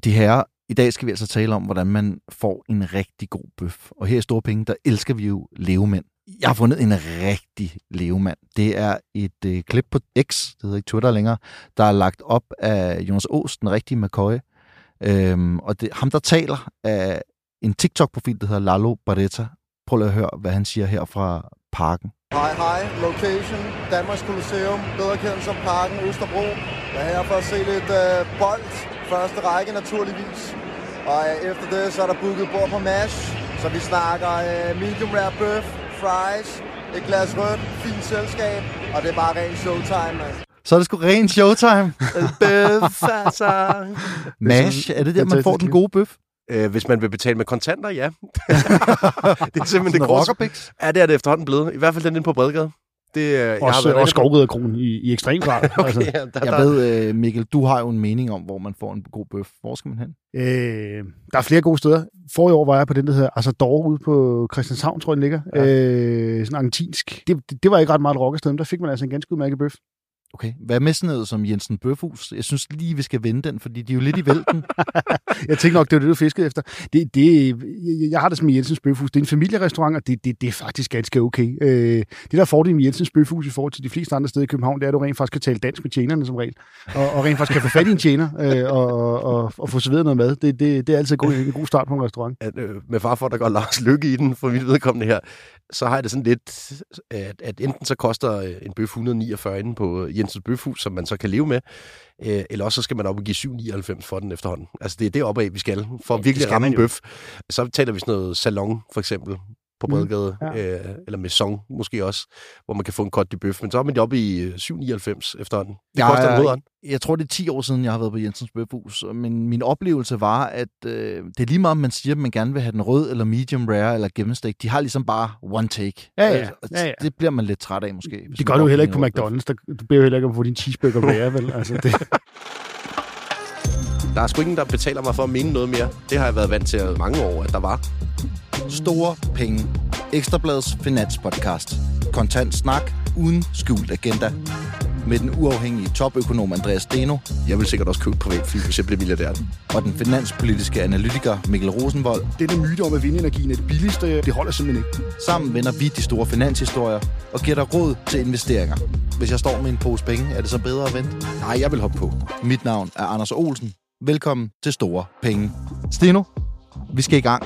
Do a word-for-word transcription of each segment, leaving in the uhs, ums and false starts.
De herrer, i dag skal vi altså tale om, hvordan man får en rigtig god bøf. Og her i Store Penge, der elsker vi jo levemænd. Jeg har fundet en rigtig levemand. Det er et øh, klip på X, det hedder ikke Twitter længere, der er lagt op af Jonas Aas, den rigtige McCoy. Øhm, og det ham, der taler af en TikTok-profil, der hedder Lalo Barretta. Prøv lige at høre, hvad han siger her fra Parken. Hej, hej. Location. Danmarks Colosseum. Bedre kendt som Parken Østerbro. Jeg er her for at se lidt øh, bold. Første række naturligvis. Og øh, efter det, så er der booket bord på Mash. Så vi snakker øh, medium rare bøf, fries, et glas rødt, fint selskab. Og det er bare ren showtime, man. Så er det sgu ren showtime. Bøf, altså. Mash, er det der, man får den gode bøf? Øh, hvis man vil betale med kontanter, ja. Det er simpelthen det grove. Ja, det er det efterhånden blevet. I hvert fald den inde på Bredgade. Det, jeg også også Skovriderkroen i, i ekstrem grad. Okay, altså. ja, der, jeg der... ved, Mikkel, du har jo en mening om, hvor man får en god bøf. Hvor skal man hen? Øh, der er flere gode steder. For i år var jeg på den, der hedder Asador ude på Christianshavn, tror jeg, den ligger. Ja. Øh, sådan argentinsk. Det, det, det var ikke ret meget rockested, men der fik man altså en ganske udmærket bøf. Okay. Hvad med sådan noget som Jensen Bøfhus? Jeg synes lige, vi skal vende den, fordi de er jo lidt i vælten. Jeg tænker nok, det var det, du fiskede efter. Det, det, jeg har det som Jensens Bøfhus. Det er en familierestaurant, og det, det, det er faktisk ganske okay. Øh, det der er fordelen med Jensens Bøfhus i forhold til de fleste andre steder i København, det er, at du rent faktisk kan tale dansk med tjenerne som regel. Og, og rent faktisk kan få fat i en tjener øh, og, og, og, og få serveret noget mad. Det, det, det er altid en god, en god start på en restaurant. At, øh, med far for, der går Lars Lykke i den, for mit vedkommende her, så har jeg det sådan lidt, at, at enten så koster en bøf et hundrede og niogfyrre inde på Jensens Bøfhus, som man så kan leve med, øh, eller også så skal man op og give syv nioghalvfems for den efterhånden. Altså det er deroppe af, vi skal, for at virkelig ramme en bøf. Så taler vi sådan noget salon, for eksempel, på Bredgade, mm, ja. øh, eller maison måske også, hvor man kan få en Côte de Bœuf, men så er man det oppe i syv nioghalvfems efterhånden. Det ja, koster en hovedånd. Jeg tror, det er ti år siden, jeg har været på Jensens Bøfhus, men min oplevelse var, at øh, det er lige meget, om man siger, at man gerne vil have den rød, eller medium rare, eller gennemstegt. De har ligesom bare one take. Ja, ja. ja, ja. Det bliver man lidt træt af, måske. Det gør du jo heller ikke på McDonald's. Der, du beder jo heller ikke om at få din cheeseburger rare, vel? Altså, det... Der er sgu ingen, der betaler mig for at mene noget mere. Det har jeg været vant til mange år, at der var. Store Penge. Ekstrabladets finanspodcast. Kontant snak uden skjult agenda. Med den uafhængige topøkonom Andreas Steno. Jeg vil sikkert også købe et privatfly, hvis jeg bliver milliardær. Og den finanspolitiske analytiker Mikkel Rosenvold. Denne myte om, at vindenergien er det billigste, det holder simpelthen ikke. Sammen vender vi de store finanshistorier og giver dig råd til investeringer. Hvis jeg står med en pose penge, er det så bedre at vente? Nej, jeg vil hoppe på. Mit navn er Anders Olsen. Velkommen til Store Penge. Steno, vi skal i gang.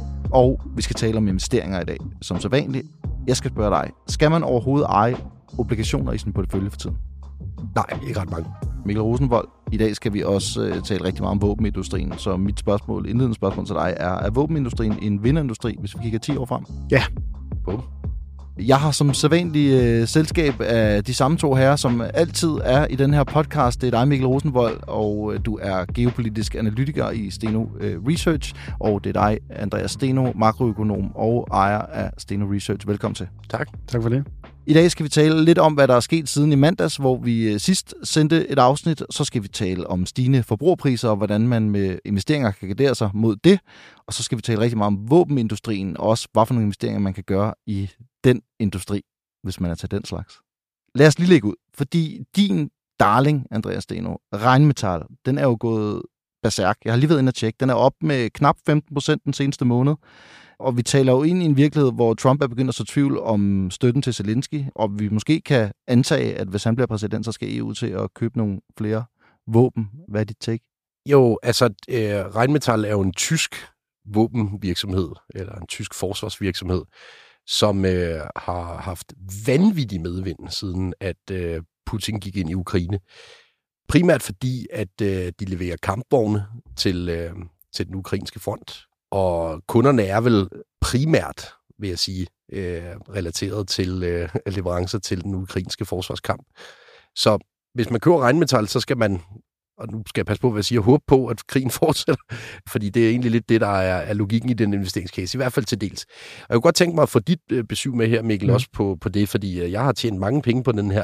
Og vi skal tale om investeringer i dag, som så vanligt. Jeg skal spørge dig, skal man overhovedet eje obligationer i sin portefølje for tiden? Nej, ikke ret mange. Mikkel Rosenvold, i dag skal vi også uh, tale rigtig meget om våbenindustrien, så mit spørgsmål, indledende spørgsmål til dig er, er våbenindustrien en vinderindustri, hvis vi kigger ti år frem? Ja. Bum. Jeg har som sædvanlig øh, selskab af de samme to herrer, som altid er i den her podcast. Det er dig, Mikkel Rosenvold, og øh, du er geopolitisk analytiker i Steno øh, Research, og det er dig, Andreas Steno, makroøkonom og ejer af Steno Research. Velkommen til. Tak. Tak for det. I dag skal vi tale lidt om, hvad der er sket siden i mandags, hvor vi sidst sendte et afsnit. Så skal vi tale om stigende forbrugerpriser og hvordan man med investeringer kan gardere sig mod det. Og så skal vi tale rigtig meget om våbenindustrien og også, hvad for nogle investeringer man kan gøre i den industri, hvis man er til den slags. Lad os lige lægge ud, fordi din darling, Andreas Steno, Rheinmetall, den er jo gået berserk. Jeg har lige været inde og tjekke. Den er op med knap femten procent den seneste måned. Og vi taler jo ind i en virkelighed, hvor Trump er begyndt at så tvivl om støtten til Zelensky, og vi måske kan antage, at hvis han bliver præsident, så skal E U til at købe nogle flere våben. Hvad er dit take? Jo, altså øh, Rheinmetall er jo en tysk våbenvirksomhed, eller en tysk forsvarsvirksomhed, som øh, har haft vanvittig medvind, siden at øh, Putin gik ind i Ukraine. Primært fordi, at øh, de leverer kampvogne til, øh, til den ukrainske front. Og kunderne er vel primært, vil jeg sige, øh, relateret til øh, leverancer til den ukrainske forsvarskamp. Så hvis man køber Rheinmetall, så skal man, og nu skal jeg passe på, hvad jeg siger, håbe på, at krigen fortsætter, fordi det er egentlig lidt det, der er, er logikken i den investeringscase, i hvert fald til dels. Og jeg kunne godt tænke mig at få dit øh, besøg med her, Mikkel, mm. også på, på det, fordi øh, jeg har tjent mange penge på den her.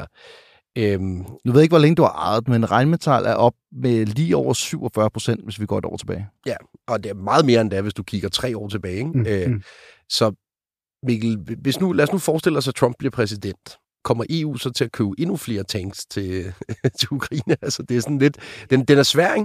Øhm, du ved ikke, hvor længe du har ejet, men Rheinmetall er op med lige over syvogfyrre procent, hvis vi går et år tilbage. Ja, og det er meget mere end det, hvis du kigger tre år tilbage. Ikke? Mm. Øh, så Mikkel, hvis nu, lad os nu forestille os, at Trump bliver præsident. Kommer E U så til at købe endnu flere tanks til, til Ukraine? Altså, det er sådan lidt... Den, den er svær, ikke?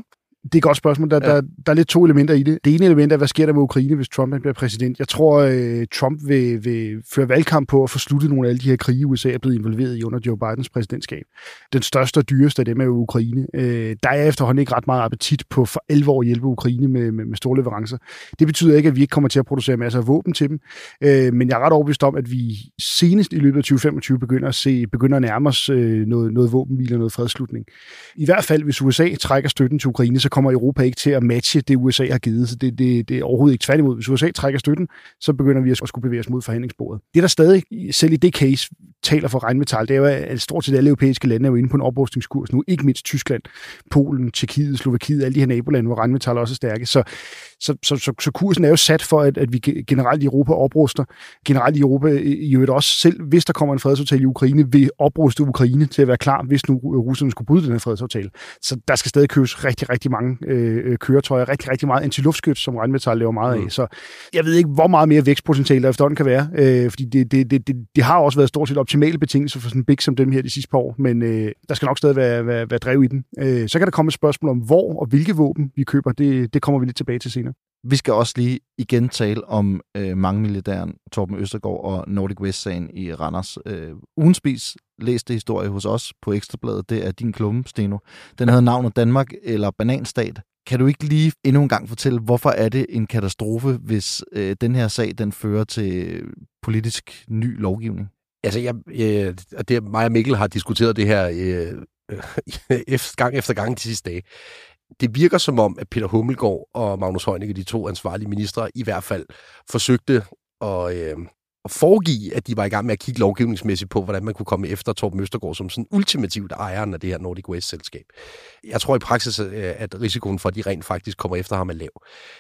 Det er et godt spørgsmål. Der, ja. der, der er lidt to elementer i det. Det ene element er, hvad sker der med Ukraine, hvis Trump bliver præsident? Jeg tror, øh, Trump vil, vil føre valgkamp på at få sluttet nogle af alle de her krige, U S A er blevet involveret i under Joe Bidens præsidentskab. Den største og dyreste af dem er jo Ukraine. Øh, der er efterhånden ikke ret meget appetit på for alvor at hjælpe Ukraine med, med, med store leverancer. Det betyder ikke, at vi ikke kommer til at producere masser af våben til dem, øh, men jeg er ret overbevist om, at vi senest i løbet af tyve femogtyve begynder at se, begynder at nærme os øh, noget, noget våbenhvile og noget fredsslutning. I hvert fald, hvis U S A trækker støtten til Ukraine, så kommer Europa ikke til at matche det, U S A har givet. Så det, det, det er overhovedet ikke tværtimod. Hvis U S A trækker støtten, så begynder vi at skulle bevæge os mod forhandlingsbordet. Det, der stadig, selv i det case, taler for Rheinmetall, det er jo, at stort set alle europæiske lande er jo inde på en oprustningskurs nu. Ikke mindst Tyskland, Polen, Tjekkiet, Slovakiet, alle de her nabolande, hvor Rheinmetall også er stærke. Så, så, så, så, så kursen er jo sat for, at, at vi generelt i Europa opruster. Generelt i Europa i øvrigt også selv, hvis der kommer en fredsaftale i Ukraine, vil opruste Ukraine til at være klar, hvis nu russerne skulle bryde den her fredsaftale. Så der skal stadig købes rigtig, rigtig mange øh, køretøjer, rigtig, rigtig meget antiluftskyts, som Rheinmetall laver meget af. Mm. Så jeg ved ikke, hvor meget mere vækstpotentiale der efterhånden kan være, øh, fordi det, det, det, det, det har også været stort set optimale betingelser for sådan en big som dem her de sidste par år, men øh, der skal nok stadig være, være, være drev i den. Øh, så kan der komme et spørgsmål om, hvor og hvilke våben vi køber. Det, det kommer vi lidt tilbage til senere. Vi skal også lige igen tale om øh, mangemilliardæren Torben Østergaard og Nordic West-sagen i Randers. Øh, ugen spis læste historie hos os på Ekstrabladet. Det er din klumme, Steno. Den havde navnet Danmark eller Bananstat. Kan du ikke lige endnu en gang fortælle, hvorfor er det en katastrofe, hvis øh, den her sag den fører til politisk ny lovgivning? Altså, jeg, øh, det, mig og Mikkel har diskuteret det her øh, efter, gang efter gang de sidste dage. Det virker som om, at Peter Hummelgaard og Magnus Heunicke, de to ansvarlige ministre, i hvert fald forsøgte at, øh, at foregive, at de var i gang med at kigge lovgivningsmæssigt på, hvordan man kunne komme efter Torben Østergaard som sådan ultimativt ejeren af det her Nordic Waste-selskab. Jeg tror i praksis, at risikoen for, at de rent faktisk kommer efter ham er lav.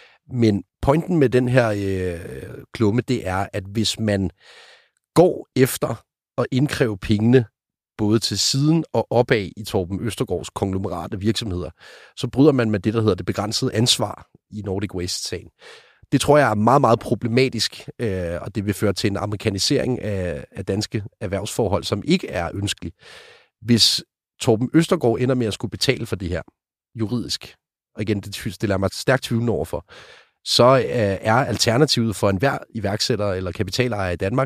Men pointen med den her øh, klumme, det er, at hvis man går efter at indkræve pengene både til siden og opad i Torben Østergaards konglomerat af virksomheder, så bryder man med det, der hedder det begrænsede ansvar i Nordic Waste-sagen. Det tror jeg er meget, meget problematisk, øh, og det vil føre til en amerikanisering af, af danske erhvervsforhold, som ikke er ønskelig. Hvis Torben Østergaard ender med at skulle betale for det her juridisk, og igen, det stiller jeg mig stærkt tvivlende overfor, så øh, er alternativet for enhver iværksætter eller kapitalejer i Danmark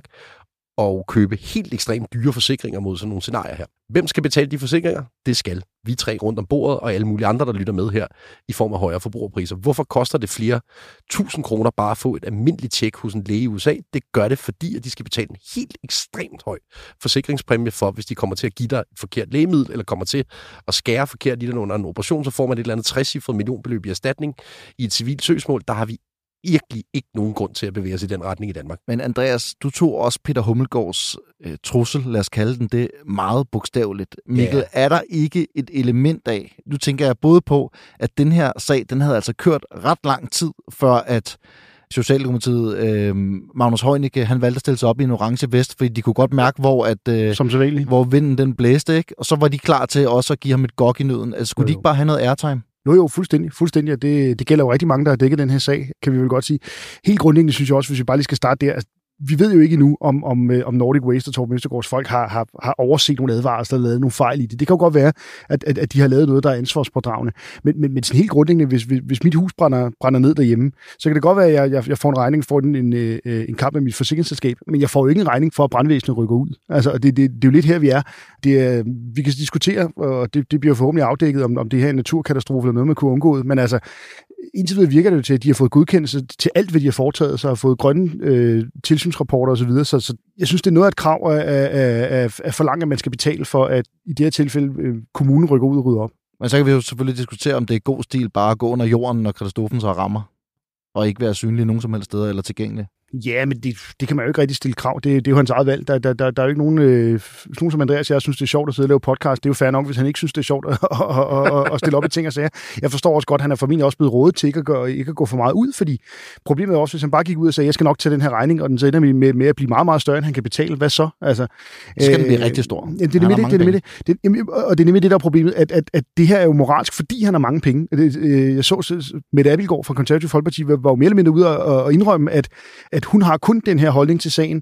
og købe helt ekstremt dyre forsikringer mod sådan nogle scenarier her. Hvem skal betale de forsikringer? Det skal vi tre rundt om bordet, og alle mulige andre, der lytter med her, i form af højere forbrugerpriser. Hvorfor koster det flere tusind kroner bare at få et almindeligt tjek hos en læge i U S A? Det gør det, fordi at de skal betale en helt ekstremt høj forsikringspræmie for, hvis de kommer til at give dig et forkert lægemiddel, eller kommer til at skære forkert i dig under en operation, så får man et eller andet trecifret millionbeløb i erstatning i et civilt søgsmål. Der har vi virkelig ikke nogen grund til at bevæge os i den retning i Danmark. Men Andreas, du tog også Peter Hummelgaards øh, trussel, lad os kalde den det, meget bogstaveligt. Mikkel, ja. Er der ikke et element af, nu tænker jeg både på, at den her sag, den havde altså kørt ret lang tid, før at Socialdemokratiet, øh, Magnus Heunicke, han valgte at stille sig op i en orange vest, fordi de kunne godt mærke, hvor, at, øh, Som hvor vinden den blæste, ikke? Og så var de klar til også at give ham et gok i nøden. Altså, skulle jo, jo. de ikke bare have noget airtime? Jo, jo, fuldstændig. fuldstændig. Det, det gælder jo rigtig mange, der har dækket den her sag, kan vi vel godt sige. Helt grundlæggende synes jeg også, hvis vi bare lige skal starte der, altså, vi ved jo ikke endnu, om, om, om Nordic Waste og Torben Østergaards folk har, har, har overset nogle advarsler og lavet nogle fejl i det. Det kan jo godt være, at, at, at de har lavet noget, der er ansvarspådragende. Men, men, men sådan helt grundlæggende, hvis, hvis mit hus brænder, brænder ned derhjemme, så kan det godt være, at jeg, jeg, jeg får en regning for en, en, en kamp med mit forsikringsselskab, men jeg får jo ikke en regning for, at brandvæsenet rykker ud. Altså, det, det, det er jo lidt her, vi er. Det er vi kan diskutere, og det, det bliver forhåbentlig afdækket, om, om det her er en naturkatastrofe eller noget, man kunne undgå. Men altså, indtil videre virker det jo til, at de har fået godkendelse til alt, hvad de har foretaget sig, har fået grønne øh, tilsynsrapporter osv., så, så, så jeg synes, det er noget af et krav af, af, af, af forlangt, at man skal betale for, at i det her tilfælde øh, kommunen rykker ud og rydder op. Men så kan vi jo selvfølgelig diskutere, om det er god stil bare at gå under jorden, når katastrofen så rammer, og ikke være synlig nogen som helst steder eller tilgængelig. Ja, men det, det kan man jo ikke rigtig stille krav. Det, det er jo hans eget valg. Der, der, der, der er jo ikke nogen, øh, nogen som Andreas, jeg synes, det er sjovt at sidde og lave podcast. Det er jo fair nok, hvis han ikke synes, det er sjovt at, at, at, at stille op i ting og sager. Jeg forstår også godt, at han er formentlig også blevet rådet til ikke at, gøre, ikke at gå for meget ud, fordi problemet er også, hvis han bare gik ud og sagde, jeg skal nok tage den her regning, og den så ender med, med, med at blive meget, meget større, end han kan betale. Hvad så? Altså, så skal øh, den blive rigtig stor. Det er nemlig det, det, det, det, det, og det er nemlig det, der er problemet, at, at, at det her er jo moralsk, fordi han har mange penge. Jeg så Mette Abildgaard fra Konservative Folkeparti var jo mere eller mindre ude og indrømme, at, at hun har kun den her holdning til sagen,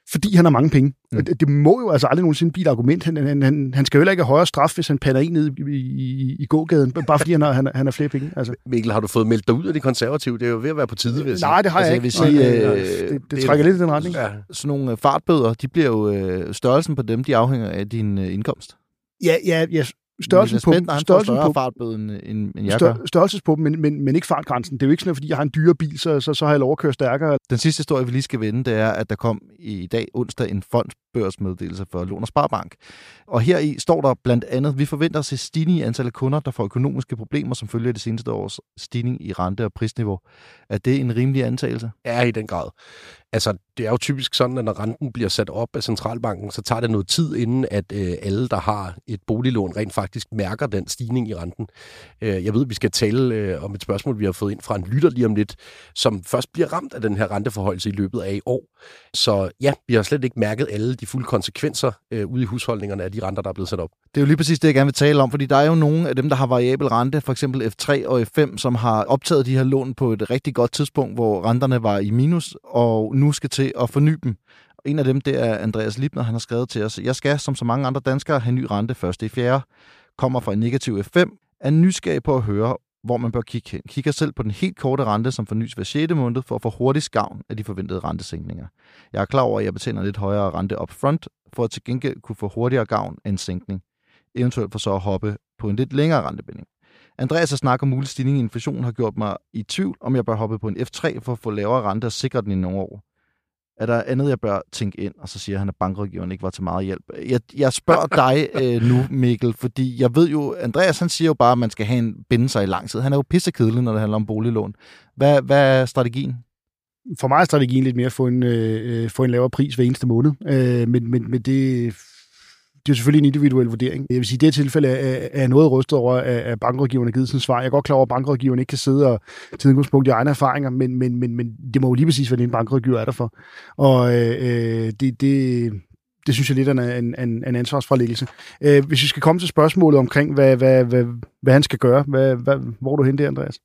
fordi han har mange penge. Mm. Det, det må jo altså aldrig nogensinde blive et argument. Han, han, han, han skal jo heller ikke have højere straf, hvis han pander en ned i, i, i gågaden, bare fordi han har, han, han har flere penge. Altså. Mikkel, har du fået meldt dig ud af de konservative? Det er jo ved at være på tide, vil jeg sige. Nej, det har jeg altså, ikke. Jeg vil sige, Nej, øh, det, det, det trækker lidt i den retning. Ja. Sådan nogle fartbøder, de bliver jo øh, størrelsen på dem, de afhænger af din øh, indkomst. Ja, ja, ja. Størrelsen på dem, størrelsen på fartbøde end, end, end jeg gør. Størrelses på dem, men, men, men ikke fartgrænsen. Det er jo ikke sådan, at fordi jeg har en dyre bil, så, så, så har jeg lov at køre stærkere. Den sidste historie, vi lige skal vende, det er, at der kom i dag onsdag en fondsbørsmeddelelse for Lån og Sparbank. Og heri står der blandt andet, vi forventer at se stigning i antallet af kunder, der får økonomiske problemer, som følger det seneste års stigning i rente- og prisniveau. Er det en rimelig antagelse? Ja, i den grad. Altså, det er jo typisk sådan, at når renten bliver sat op af centralbanken, så tager det noget tid, inden at øh, alle, der har et boliglån, rent faktisk mærker den stigning i renten. Øh, jeg ved, at vi skal tale øh, om et spørgsmål, vi har fået ind fra en lytter lige om lidt, som først bliver ramt af den her renteforhøjelse i løbet af i år. Så ja, vi har slet ikke mærket alle de fulde konsekvenser øh, ude i husholdningerne af de renter, der er blevet sat op. Det er jo lige præcis det, jeg gerne vil tale om, fordi der er jo nogle af dem, der har variabel rente, for eksempel F tre og F fem, som har optaget de her lån på et rigtig godt tidspunkt, hvor renterne var i minus, og nu skal til at forny dem. En af dem, det er Andreas Libner, han har skrevet til os, jeg skal, som så mange andre danskere, have ny rente første i fjerde, kommer fra en negativ F fem, er nysgerrig på at høre, hvor man bør kigge hen. Kigger selv på den helt korte rente, som fornyes hver sjette måned, for at få hurtigt gavn af de forventede rentesænkninger. Jeg er klar over, at jeg betaler lidt højere rente up front, for at til gengæld kunne få hurtigere gavn af en sænkning. Eventuelt for så at hoppe på en lidt længere rentebinding. Andreas' snak om mulig stigning i inflationen har gjort mig i tvivl, om jeg bør hoppe på en F tre for at få lavere rente og sikre den i nogle år. Er der andet, jeg bør tænke ind? Og så siger han, at bankrådgiveren ikke var til meget hjælp. Jeg, jeg spørger dig øh, nu, Mikkel, fordi jeg ved jo, Andreas han siger jo bare, at man skal have en binde sig i lang tid. Han er jo pissekedelig, når det handler om boliglån. Hvad, hvad er strategien? For mig er strategien lidt mere at få en, øh, få en lavere pris hver eneste måned. Øh, men, men, men det... Det er selvfølgelig en individuel vurdering. Jeg vil sige, at i det tilfælde er, er noget rystet over, at bankrådgiverne har givet sådan et svar. Jeg er godt klar over, at bankrådgiverne ikke kan sidde og tage udgangspunkt i egne erfaringer, men, men, men, men det må jo lige præcis være det, en bankrådgiver er der for. Og øh, det, det, det synes jeg lidt er en, en, en ansvarsfralæggelse. Øh, hvis vi skal komme til spørgsmålet omkring, hvad, hvad, hvad, hvad han skal gøre, hvad, hvad, hvor er du hen der, Andreas?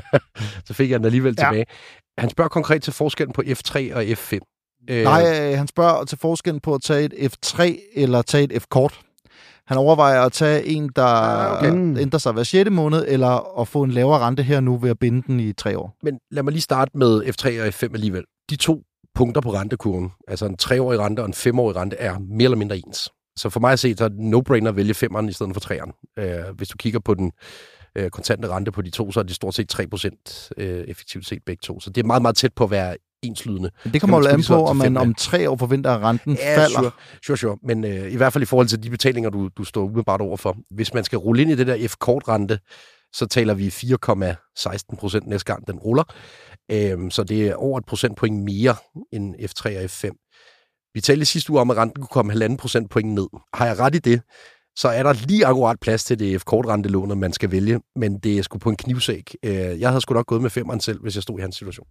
Så fik jeg den alligevel ja. tilbage. Han spørger konkret til forskellen på F tre og F fem. Nej, han spørger til forskellen på at tage et F tre eller tage et F-kort. Han overvejer at tage en, der okay. ændrer sig hver sjette måned, eller at få en lavere rente her nu ved at binde den i tre år. Men lad mig lige starte med F tre og F fem alligevel. De to punkter på rentekurven, altså en treårig rente og en femårig rente, er mere eller mindre ens. Så for mig at se, så er det no-brainer at vælge femeren i stedet for treeren. Hvis du kigger på den kontante rente på de to, så er det stort set tre procent effektivt set begge to. Så det er meget, meget tæt på at være enslydende. Men det kommer jo an på, om man om tre år forventer, at renten ja, falder. Sure, sure, sure. Men øh, i hvert fald i forhold til de betalinger, du, du står umiddelbart overfor. Hvis man skal rulle ind i det der F-kort-rente, så taler vi fire komma seksten procent næste gang, den ruller. Øhm, så det er over et procentpoint mere end F tre og F fem. Vi talte sidste uge om, at renten kunne komme halvanden procentpoint ned. Har jeg ret i det, så er der lige akkurat plads til det F-kort-rentelån, man skal vælge, men det er sgu på en knivsæg. Jeg havde sgu nok gået med femeren selv, hvis jeg stod i hans situation.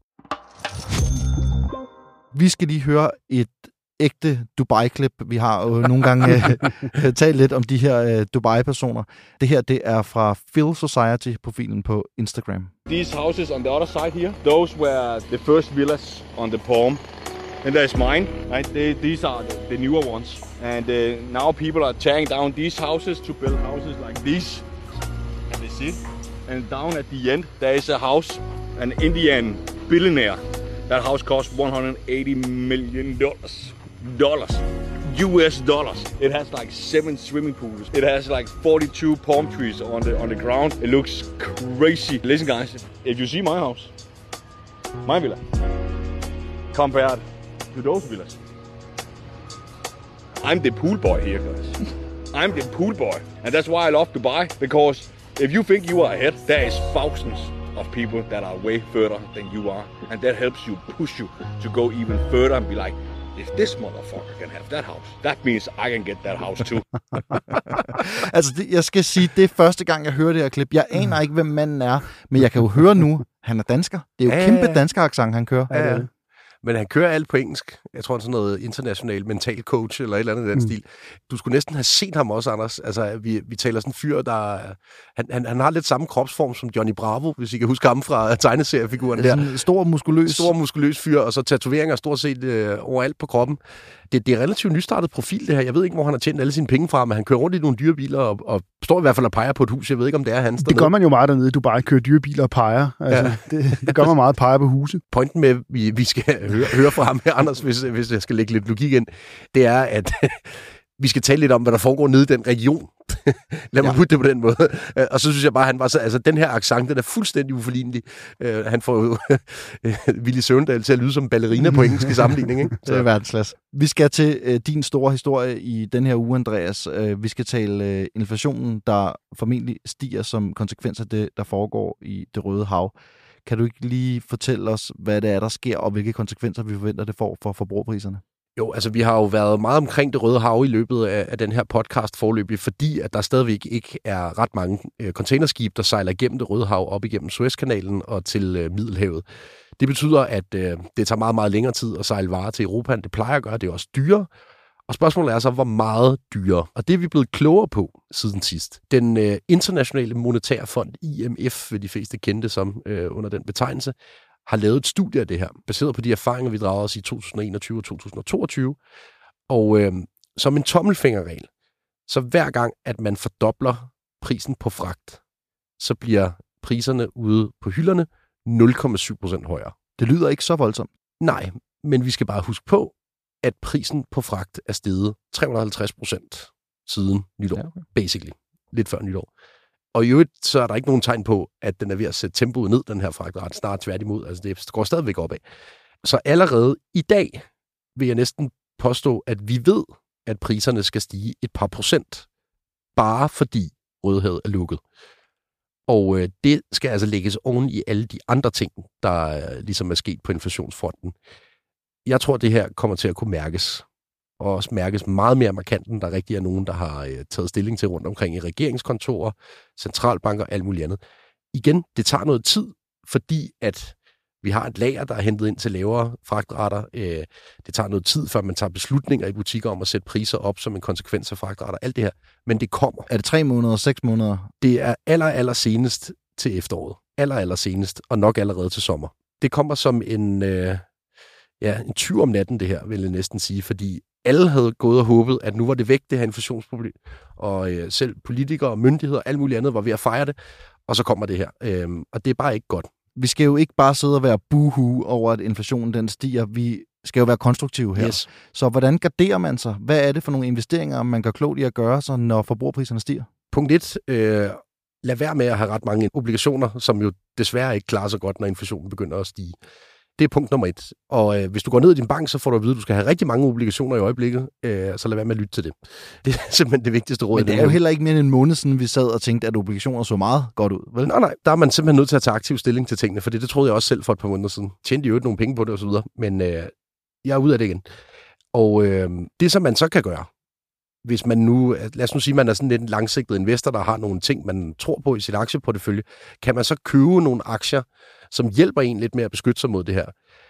Vi skal lige høre et ægte Dubai-klip. Vi har jo nogle gange uh, talt lidt om de her uh, Dubai-personer. Det her, det er fra Phil Society-profilen på Instagram. These houses on the other side here, those were the first villas on the Palm. And there's mine, right? They, these are the, the newer ones. And uh, now people are tearing down these houses to build houses like these. And they see. And down at the end, there is a house, an Indian billionaire. That house cost one hundred eighty million dollars. Dollars. U S dollars. It has like seven swimming pools. It has like forty-two palm trees on the on the ground. It looks crazy. Listen, guys, if you see my house, my villa, compared to those villas, I'm the pool boy here, guys. I'm the pool boy, and that's why I love Dubai. Because if you think you are ahead, there is thousands of people that are way further than you are, and that helps you push you to go even further and be like, if this motherfucker can have that house, that means I can get that house too. Altså, det, jeg skal sige, det er første gang, jeg hører det her klip. Jeg aner ikke, hvem manden er, men jeg kan jo høre nu, han er dansker. Det er jo ja, kæmpe ja. dansker-accent, han kører. Ja, ja. men han kører alt på engelsk. Jeg tror, han er sådan noget international mental coach eller et eller andet i den mm. stil. Du skulle næsten have set ham også, Anders. Altså, vi, vi taler sådan en fyr, der... Han, han, han har lidt samme kropsform som Johnny Bravo, hvis I kan huske ham fra tegneseriefiguren der. En stor, muskuløs. Stor, muskuløs fyr, og så tatoveringer stort set øh, overalt på kroppen. Det, det er relativt nystartet profil, det her. Jeg ved ikke, hvor han har tjent alle sine penge fra, men han kører rundt i nogle dyre biler og, og står i hvert fald og peger på et hus. Jeg ved ikke, om det er hans. Det gør man jo meget dernede. Du bare kører dyre biler og peger. Altså, ja. det, det gør man meget, peger på huse. Pointen med, vi, vi skal høre, høre fra ham her, Anders, hvis, hvis jeg skal lægge lidt logik ind, det er, at vi skal tale lidt om, hvad der foregår nede i den region. Lad mig ja. putte det på den måde. Og så synes jeg bare, at han var så, altså, den her accent, den er fuldstændig uforlignelig. Uh, han får jo Willy Søvndal til at lyde som ballerina på engelsk i sammenligning. Ikke? Så. Det er verdensklasse. Vi skal til uh, din store historie i den her uge, Andreas. Uh, vi skal tale uh, inflationen, der formentlig stiger som konsekvens af det, der foregår i Det Røde Hav. Kan du ikke lige fortælle os, hvad det er, der sker, og hvilke konsekvenser vi forventer, det får for forbrugerpriserne? Jo, altså vi har jo været meget omkring Det Røde Hav i løbet af, af den her podcast forløbig, fordi at der stadigvæk ikke er ret mange øh, containerskib, der sejler igennem Det Røde Hav op igennem Suezkanalen og til øh, Middelhavet. Det betyder, at øh, det tager meget, meget længere tid at sejle varer til Europa, end det plejer at gøre. Det er også dyrere. Og spørgsmålet er så, hvor meget dyrere. Og det er vi blevet klogere på siden sidst. Den øh, internationale monetære fond, I M F, vil de fleste kendte som øh, under den betegnelse, har lavet et studie af det her, baseret på de erfaringer, vi drager os i to tusind og enogtyve og to tusind og toogtyve. Og øh, som en tommelfingerregel, så hver gang, at man fordobler prisen på fragt, så bliver priserne ude på hylderne nul komma syv procent højere. Det lyder ikke så voldsomt. Nej, men vi skal bare huske på, at prisen på fragt er steget tre hundrede og halvtreds procent siden nytår, ja, okay. basically. Lidt før nytår. Og i øvrigt, så er der ikke nogen tegn på, at den er ved at sætte tempoet ned, den her fragtret, snart tværtimod. Altså, det går stadigvæk opad. Så allerede i dag vil jeg næsten påstå, at vi ved, at priserne skal stige et par procent, bare fordi Rødehavet er lukket. Og øh, det skal altså lægges oven i alle de andre ting, der øh, ligesom er sket på inflationsfronten. Jeg tror, det her kommer til at kunne mærkes, og også mærkes meget mere markant, end der rigtig er nogen, der har øh, taget stilling til rundt omkring i regeringskontorer, centralbanker og alt muligt andet. Igen, det tager noget tid, fordi at vi har et lager, der er hentet ind til lavere fragtrater. Øh, det tager noget tid, før man tager beslutninger i butikker om at sætte priser op som en konsekvens af fragtrater. Alt det her. Men det kommer. Er det tre måneder, seks måneder? Det er aller, aller senest til efteråret. Aller, aller senest, og nok allerede til sommer. Det kommer som en, øh, ja, en tyv om natten, det her, vil jeg næsten sige, fordi alle havde gået og håbet, at nu var det væk, det her inflationsproblem. Og øh, selv politikere og myndigheder og alt muligt andet var ved at fejre det. Og så kommer det her. Øh, og det er bare ikke godt. Vi skal jo ikke bare sidde og være buhu over, at inflationen den stiger. Vi skal jo være konstruktive her. Yes. Så hvordan garderer man sig? Hvad er det for nogle investeringer, man gør klogt i at gøre, så når forbrugerpriserne stiger? Punkt et. Øh, lad være med at have ret mange obligationer, som jo desværre ikke klarer sig godt, når inflationen begynder at stige. Det er punkt nummer et. Og øh, hvis du går ned i din bank, så får du at vide, at du skal have rigtig mange obligationer i øjeblikket, øh, så lad være med at lytte til det. Det er simpelthen det vigtigste råd. Men det er jo heller ikke mere end en måned siden, vi sad og tænkte, at obligationer så meget godt ud, vel? Nej, nej. Der er man simpelthen nødt til at tage aktiv stilling til tingene, for det, det troede jeg også selv for et par måneder siden. Tjente jo ikke nogle penge på det osv., men øh, jeg er ude af det igen. Og øh, det, som man så kan gøre, hvis man nu, lad os nu sige, man er sådan lidt en langsigtet investor, der har nogle ting, man tror på i sit aktieportefølje, kan man så købe nogle aktier, som hjælper en lidt med at beskytte sig mod det her.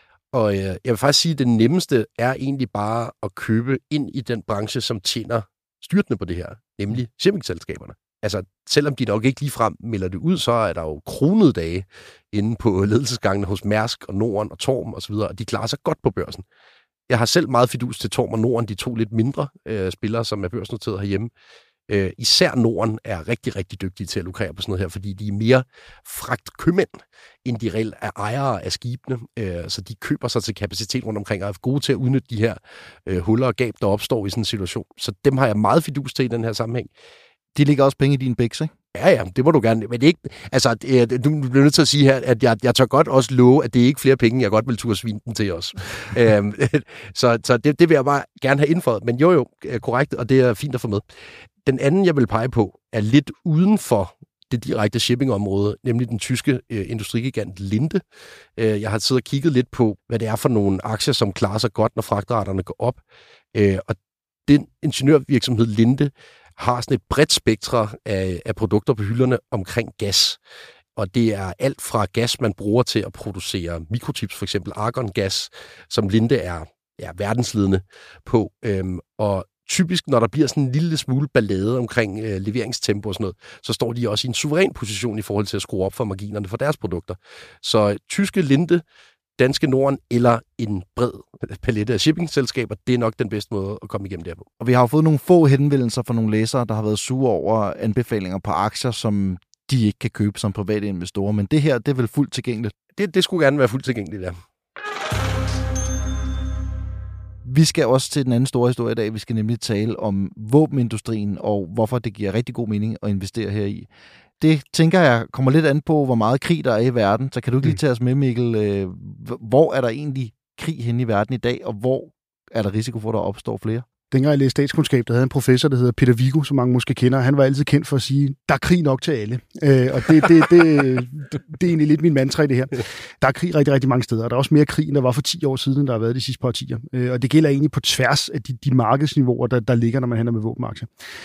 Og øh, jeg vil faktisk sige, at det nemmeste er egentlig bare at købe ind i den branche, som tjener styrtende på det her, nemlig shippingselskaberne. Altså, selvom de nok ikke ligefrem melder det ud, så er der jo kronede dage inde på ledelsesgangene hos Mærsk og Norden og Torm osv., og de klarer sig godt på børsen. Jeg har selv meget fidus til Torm og Norden, de to lidt mindre øh, spillere, som er børsnoteret herhjemme. Øh, især Norden er rigtig, rigtig dygtige til at lukrere på sådan noget her, fordi de er mere fragtkøbmænd, end de reelt er ejere af skibene. Øh, så de køber sig til kapacitet rundt omkring, og er gode til at udnytte de her øh, huller og gab, der opstår i sådan en situation. Så dem har jeg meget fidus til i den her sammenhæng. De ligger også penge i din bæks, ikke? Ja, ja, det må du gerne. Men det er ikke, altså, det, du bliver nødt til at sige her, at jeg, jeg tør godt også love, at det er ikke flere penge, jeg godt vil turde svine den til os. øhm, så så det, det vil jeg bare gerne have indføjet. Men jo, jo, korrekt, og det er fint at få med. Den anden, jeg vil pege på, er lidt uden for det direkte shippingområde, nemlig den tyske øh, industrigigant Linde. Øh, jeg har siddet og kigget lidt på, hvad det er for nogle aktier, som klarer sig godt, når fragtraterne går op. Øh, og den ingeniørvirksomhed Linde har sådan et bredt spektre af, af produkter på hylderne omkring gas. Og det er alt fra gas, man bruger til at producere mikrochips, for eksempel argongas, som Linde er ja, verdensledende på. Øhm, og typisk, når der bliver sådan en lille smule ballade omkring øh, leveringstempo og sådan noget, så står de også i en suveræn position i forhold til at skrue op for marginerne for deres produkter. Så tyske Linde, danske Norden eller en bred palette af shippingselskaber, det er nok den bedste måde at komme igennem der på. Og vi har jo fået nogle få henvendelser fra nogle læsere, der har været sure over anbefalinger på aktier, som de ikke kan købe som private investorer. Men det her, det er vel fuldt tilgængeligt? Det, det skulle gerne være fuldt tilgængeligt, ja. Vi skal også til den anden store historie i dag. Vi skal nemlig tale om våbenindustrien og hvorfor det giver rigtig god mening at investere her i. Det tænker jeg kommer lidt an på, hvor meget krig der er i verden. Så kan du ikke lige tage os med, Mikkel? Hvor er der egentlig krig henne i verden i dag, og hvor er der risiko for, at der opstår flere? Dengang jeg læste statskundskab, der havde en professor, der hedder Peter Viggo, som mange måske kender. Han var altid kendt for at sige, der er krig nok til alle. Øh, og det, det, det, det, det er egentlig lidt min mantra i det her. Der er krig rigtig, rigtig mange steder, og der er også mere krig, end der var for ti år siden, end der har været de sidste par årtier. Øh, og det gælder egentlig på tværs af de, de markedsniveauer, der, der ligger, når man handler med våbenaktier.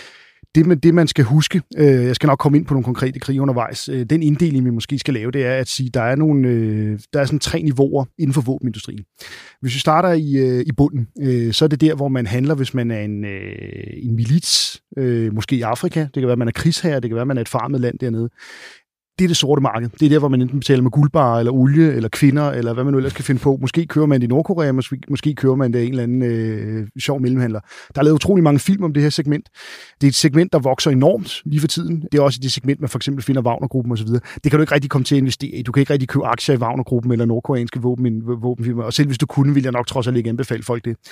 Det, det, man skal huske, øh, jeg skal nok komme ind på nogle konkrete krige undervejs, øh, den inddeling, vi måske skal lave, det er at sige, der er nogle, øh, der er sådan tre niveauer inden for våbenindustrien. Hvis vi starter i, øh, i bunden, øh, så er det der, hvor man handler, hvis man er en, øh, en milits, øh, måske i Afrika, det kan være, at man er krigsherre, det kan være, at man er et farmet land dernede. Det er det sorte marked. Det er der, hvor man enten betaler med guldbarer, eller olie, eller kvinder, eller hvad man nu ellers kan finde på. Måske kører man det i Nordkorea, måske, måske kører man det i en eller anden øh, sjov mellemhandler. Der er lavet utrolig mange film om det her segment. Det er et segment, der vokser enormt lige for tiden. Det er også det segment, man for eksempel finder Wagner-gruppen osv. Det kan du ikke rigtig komme til at investere i. Du kan ikke rigtig købe aktier i Wagner-gruppen eller nordkoreanske våben, våbenfirmaer. Og selv hvis du kunne, ville jeg nok trods alt ikke anbefale folk det.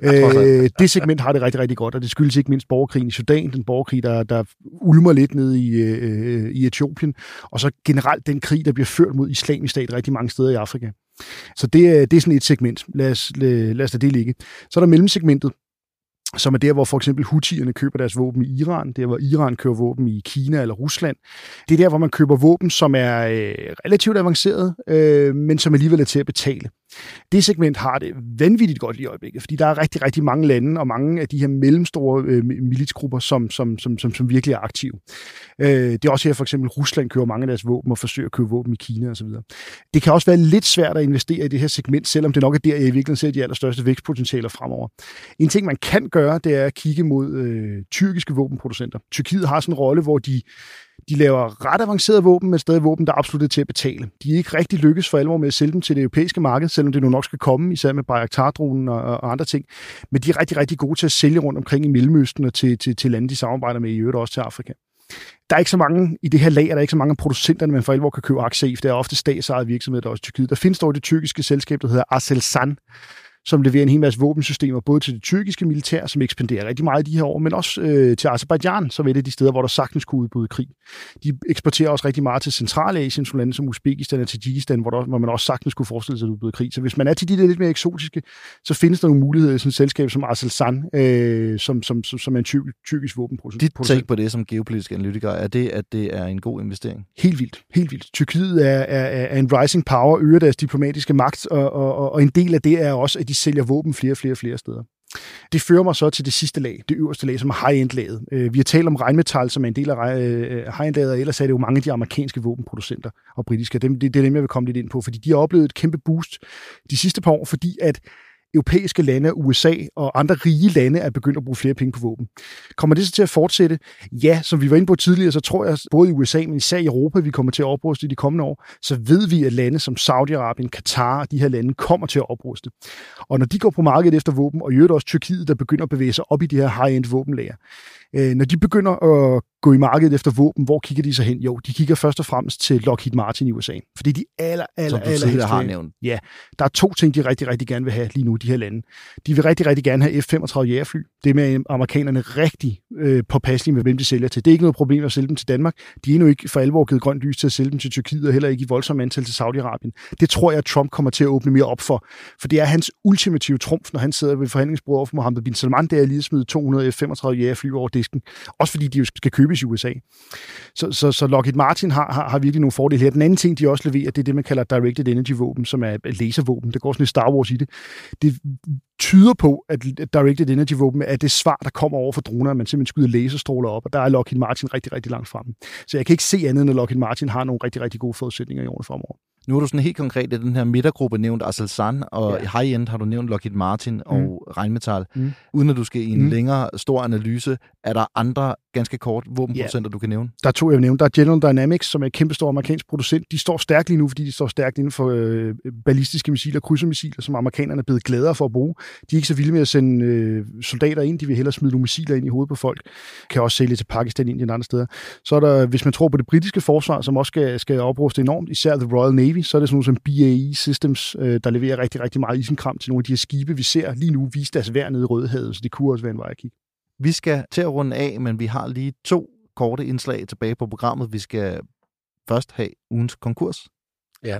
øh, det segment har det rigtig, rigtig godt, og det skyldes ikke mindst borgerkrigen i Sudan, den borgerkrig, der, der ulmer lidt ned i, øh, i Etiopien. Og så generelt den krig, der bliver ført mod Islamisk Stat rigtig mange steder i Afrika. Så det, det er sådan et segment. Lad os, lad, lad os lade det ligge. Så er der mellemsegmentet, som er der, hvor for eksempel Houthierne køber deres våben i Iran, der hvor Iran køber våben i Kina eller Rusland. Det er der, hvor man køber våben, som er øh, relativt avanceret, øh, men som alligevel er til at betale. Det segment har det vanvittigt godt i øjeblikket, fordi der er rigtig, rigtig mange lande og mange af de her mellemstore øh, militsgrupper, som, som, som, som, som virkelig er aktive. Øh, det er også her for eksempel Rusland køber mange af deres våben og forsøger at købe våben i Kina osv. Det kan også være lidt svært at investere i det her segment, selvom det nok er der, jeg i virkeligheden ser de allerstørste vækstpotentialer fremover. En ting, man kan gøre, det er at kigge mod øh, tyrkiske våbenproducenter. Tyrkiet har sådan en rolle, hvor de De laver ret avancerede våben, men stadig våben, der er absolut til at betale. De er ikke rigtig lykkes for alvor med at sælge dem til det europæiske marked, selvom det nu nok skal komme, især med Bayraktar-dronen og, og andre ting. Men de er rigtig, rigtig gode til at sælge rundt omkring i Mellemøsten og til, til, til lande, de samarbejder med, i øvrigt også til Afrika. Der er ikke så mange i det her lag, der er ikke så mange af producenterne, man for alvor kan købe aktier i, for det er ofte statsejede virksomheder, der også i Tyrkiet. Der findes dog det tyrkiske selskab, der hedder Aselsan, som leverer en hel masse våbensystemer, både til det tyrkiske militær, som ekspanderer rigtig meget i de her år, men også øh, til Aserbajdsjan, som er et af de steder, hvor der sagtens kunne udbryde krig. De eksporterer også rigtig meget til Centralasien, som lande som Uzbekistan og Tadsjikistan, hvor, der, hvor man også sagtens kunne forestille sig at udbryde krig. Så hvis man er til de der lidt mere eksotiske, så findes der nogle muligheder i sådan et selskab som Aselsan, øh, som, som, som, som er en tyr, tyrkisk våbenproducent. Dit take på det som geopolitisk analytiker, er det, at det er en god investering? Helt vildt. Helt vildt. Tyrkiet er, er, er en rising power, øger deres diplomatiske magt, og, og, og en del af det er også, at de sælger våben flere og flere, flere steder. Det fører mig så til det sidste lag, det øverste lag, som er high-end-laget. Vi har talt om Rheinmetall, som er en del af high-end-laget, og ellers er det jo mange af de amerikanske våbenproducenter og britiske. Det, det er dem, jeg vil komme lidt ind på, fordi de har oplevet et kæmpe boost de sidste par år, fordi at europæiske lande, U S A og andre rige lande er begyndt at bruge flere penge på våben. Kommer det så til at fortsætte? Ja, som vi var inde på tidligere, så tror jeg, både i U S A, men især i Europa, vi kommer til at opruste i de kommende år, så ved vi, at lande som Saudi-Arabien, Katar og de her lande kommer til at opruste. Og når de går på markedet efter våben, og i øvrigt også Tyrkiet, der begynder at bevæge sig op i de her high-end våbenlager, øh, når de begynder at gå i markedet efter våben, hvor kigger de så hen? Jo, de kigger først og fremmest til Lockheed Martin i U S A. Fordi de aller, aller, aller helst har nævnt. Ja, der er to ting, de rigtig, rigtig gerne vil have lige nu, de her lande. De vil rigtig, rigtig gerne have F femogtredive jægerfly. Det er med amerikanerne rigtig øh, påpasselige med, hvem de sælger til. Det er ikke noget problem at sælge dem til Danmark. De er endnu ikke for alvor givet grønt lys til at sælge dem til Tyrkiet, og heller ikke i voldsom antal til Saudi-Arabien. Det tror jeg, at Trump kommer til at åbne mere op for. For det er hans ultimative trumf, når han sidder ved forhandlingsbordet over for Mohammed bin Salman, det er lige at smide to hundrede F femogtredive jægerfly over disken. disken. Også fordi de jo skal købes i U S A. Så, så, så Lockheed Martin har, har, har virkelig nogle fordele her. Den anden ting, de også leverer, det er det, man kalder Directed Energy-våben, som er et laservåben. Det går sådan lidt Star Wars i det. Det tyder på, at Directed Energy-våben er det svar, der kommer over for droner, at man simpelthen skyder laserstråler op, og der er Lockheed Martin rigtig, rigtig langt fremme. Så jeg kan ikke se andet, end at Lockheed Martin har nogle rigtig, rigtig gode forudsætninger i årene fremover. Nu er du sådan helt konkret i den her midtergruppe nævnt Aselsan, og Ja. i high-end har du nævnt Lockheed Martin og Mm. Rheinmetall. Mm. Uden at du skal i en Mm. længere, stor analyse, er der andre ganske kort våbenproducenter, du kan nævne? Der er to, jeg vil nævne. Der er General Dynamics, som er et kæmpestor amerikansk producent. De står stærkt lige nu, fordi de står stærkt inden for øh, ballistiske missiler, krydsermissiler, som amerikanerne er blevet gladere for at bruge. De er ikke så vilde med at sende øh, soldater ind. De vil hellere smide nogle missiler ind i hovedet på folk. Kan også sælge til Pakistan, Indien og andre steder. Så er der, hvis man tror på det britiske forsvar, som også skal, skal opruste enormt, især The Royal Navy, så er det sådan nogle som B A E Systems, øh, der leverer rigtig, rigtig meget isenkram til nogle af de her skibe, vi ser lige nu vise deres værd nede i Rødehavet, så det kunne også være en vej at kigge. Vi skal til at runde af, men vi har lige to korte indslag tilbage på programmet. Vi skal først have ugens konkurs. Ja.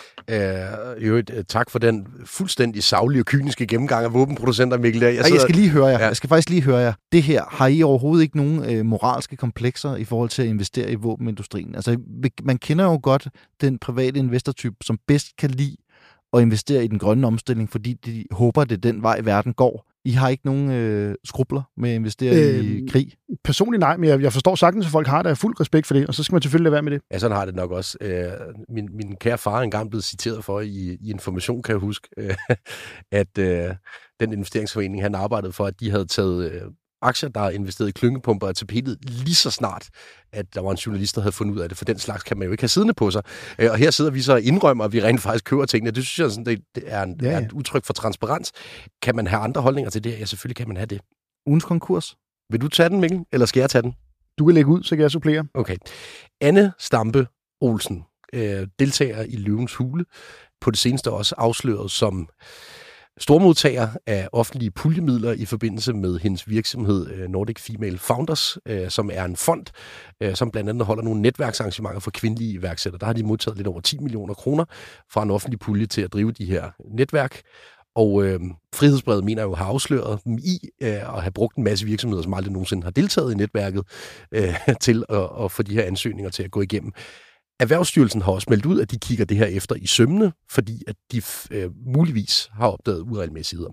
Øh, jo, et, tak for den fuldstændig saglige og kyniske gennemgang af våbenproducenter, Mikkel. Jeg, Jeg, jeg skal lige høre jer. Ja. Jeg skal faktisk lige høre jer. Det her, har I overhovedet ikke nogen øh, moralske komplekser i forhold til at investere i våbenindustrien? Altså, man kender jo godt den private investortype, som bedst kan lide at investere i den grønne omstilling, fordi de håber, det er den vej, verden går. I har ikke nogen øh, skrubler med at investere øh, i krig? Personligt nej, men jeg, jeg forstår sagtens, at folk har der fuld respekt for det, og så skal man selvfølgelig lade være med det. Ja, sådan har det nok også. Øh, min, min kære far er engang blevet citeret for i, i Information, kan jeg huske, øh, at øh, den investeringsforening, han arbejdede for, at de havde taget øh, aktier, der er investeret i klyngepumper og tapetet lige så snart, at der var en journalist, der havde fundet ud af det, for den slags kan man jo ikke have siddende på sig. Øh, og her sidder vi så og indrømmer, at vi rent faktisk køber tingene. Det synes jeg sådan, det, det er, en, ja, ja. er et udtryk for transparens. Kan man have andre holdninger til det? Ja, selvfølgelig kan man have det. Ugens konkurs? Vil du tage den, Mikkel, eller skal jeg tage den? Du kan lægge ud, så kan jeg supplere. Okay. Anne Stampe Olsen, øh, deltager i Løvens Hule, på det seneste også afsløret som stormodtager af offentlige puljemidler i forbindelse med hendes virksomhed Nordic Female Founders, øh, som er en fond, øh, som blandt andet holder nogle netværksarrangementer for kvindelige iværksættere. Der har de modtaget lidt over ti millioner kroner fra en offentlig pulje til at drive de her netværk. Og øh, Frihedsbrevet mener jo har afsløret dem i øh, at have brugt en masse virksomheder, som aldrig nogensinde har deltaget i netværket, øh, til at, at få de her ansøgninger til at gå igennem. Erhvervsstyrelsen har også meldt ud, at de kigger det her efter i sømmene, fordi at de øh, muligvis har opdaget uregelmæssigheder.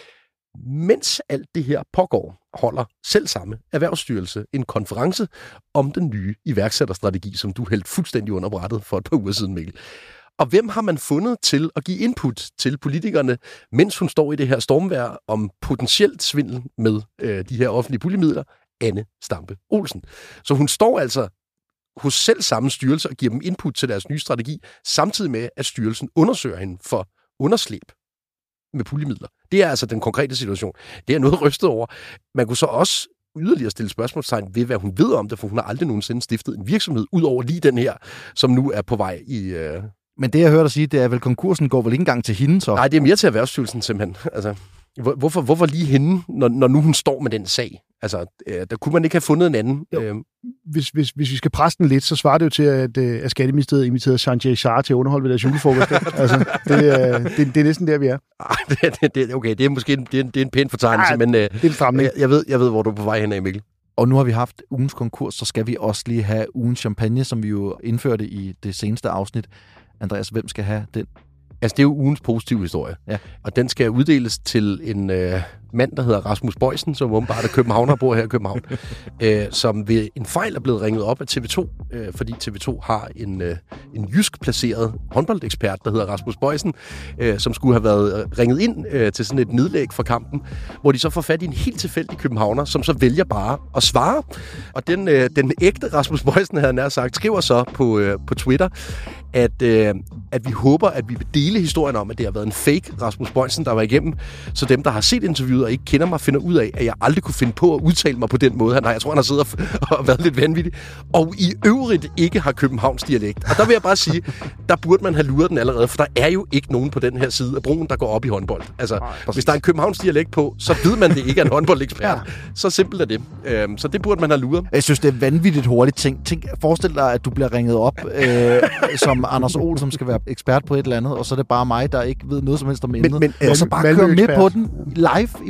Mens alt det her pågår, holder selv samme Erhvervsstyrelse en konference om den nye iværksætterstrategi, som du hældte fuldstændig under brættet for et par uger siden, Mikkel. Og hvem har man fundet til at give input til politikerne, mens hun står i det her stormvejr om potentielt svindel med øh, de her offentlige puljemidler? Anne Stampe Olsen. Så hun står altså hos selv samme styrelse og giver dem input til deres nye strategi, samtidig med, at styrelsen undersøger hende for underslæb med puljemidler. Det er altså den konkrete situation. Det er noget rystet over. Man kunne så også yderligere stille spørgsmålstegn ved, hvad hun ved om det, for hun har aldrig nogensinde stiftet en virksomhed, ud over lige den her, som nu er på vej i... Øh... Men det, jeg hørte dig sige, det er vel, konkursen går vel ikke engang til hende, så? Nej, det er mere til Erhvervsstyrelsen, simpelthen. Altså, hvorfor, hvorfor lige hende, når, når nu hun står med den sag? Altså, øh, der kunne man ikke have fundet en anden. Øh... Hvis, hvis, hvis vi skal presse den lidt, så svarer det jo til, at, at Skatteministeriet inviterede Sanjay Shah til at underholde ved deres julefrokost. altså, det, er, det, det er næsten der, vi er. Ej, det, det, okay, det er måske en, det er en, det er en pæn fortegnelse, Ej, men øh, det er en fremning. Jeg, jeg, ved, jeg ved, hvor du er på vej hen af, Mikkel. Og nu har vi haft ugens konkurs, så skal vi også lige have ugens champagne, som vi jo indførte i det seneste afsnit. Andreas, hvem skal have den? Altså, det er jo ugens positive historie. Ja. Og den skal uddeles til en øh, mand, der hedder Rasmus Bøjsen, som åbenbart er københavner, bor her i København, øh, som ved en fejl er blevet ringet op af T V to, øh, fordi T V to har en, øh, en jysk placeret håndboldekspert, der hedder Rasmus Bøjsen, øh, som skulle have været ringet ind øh, til sådan et nedlæg for kampen, hvor de så får fat i en helt tilfældig københavner, som så vælger bare at svare. Og den, øh, den ægte Rasmus Bøjsen, havde nær sagt, skriver så på, øh, på Twitter, at, øh, at vi håber, at vi vil dele historien om, at det har været en fake Rasmus Bøjsen, der var igennem, så dem, der har set interviewet og ikke kender mig, finder ud af, at jeg aldrig kunne finde på at udtale mig på den måde. Han har, jeg tror, han har siddet og, og været lidt vanvittig. Og i øvrigt ikke har Københavns dialekt. Og der vil jeg bare sige, der burde man have luret den allerede, for der er jo ikke nogen på den her side af broen, der går op i håndbold. Altså, nej, hvis der er en Københavns dialekt på, så ved man, det ikke er en håndboldekspert. Ja. Så simpelt er det. Øhm, så det burde man have luret. Jeg synes, det er vanvittigt hurtigt ting. Tænk, forestil dig, at du bliver ringet op øh, som Anders Olsen, som skal være ekspert på et eller andet, og så er det bare mig, der ikke ved noget som helst om emnet. Men, men, og så bare køre med på den live i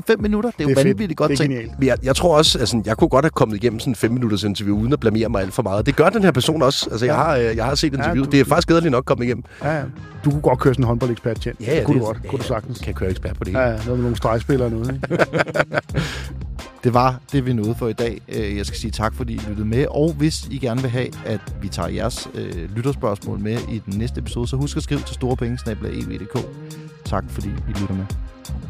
i fem minutter. Det er jo Det er fedt. vanvittigt godt Det er ting. genialt. Men jeg, jeg tror også, altså, jeg kunne godt have kommet igennem sådan en fem minutters interview, uden at blamere mig alt for meget. Det gør den her person også. Altså, jeg, Ja. har, øh, jeg har set interviewet. du- Det er faktisk gæderligt nok kommet igennem. Ja, ja. Du kunne godt køre sådan en håndboldekspert, Tjent. Ja, ja, kunne det, du godt. ja, Kunne du sagtens. Kan køre ekspert på det. Ja, ja, noget med nogle stregspillere og noget. Ikke? Det var det, vi nåede for i dag. Øh, Jeg skal sige tak, fordi I lyttede med. Og hvis I gerne vil have, at vi tager jeres øh, lytterspørgsmål med i den næste episode, så husk at skrive til storepenge snabel-a e v punktum d k. Tak, fordi I lytter med.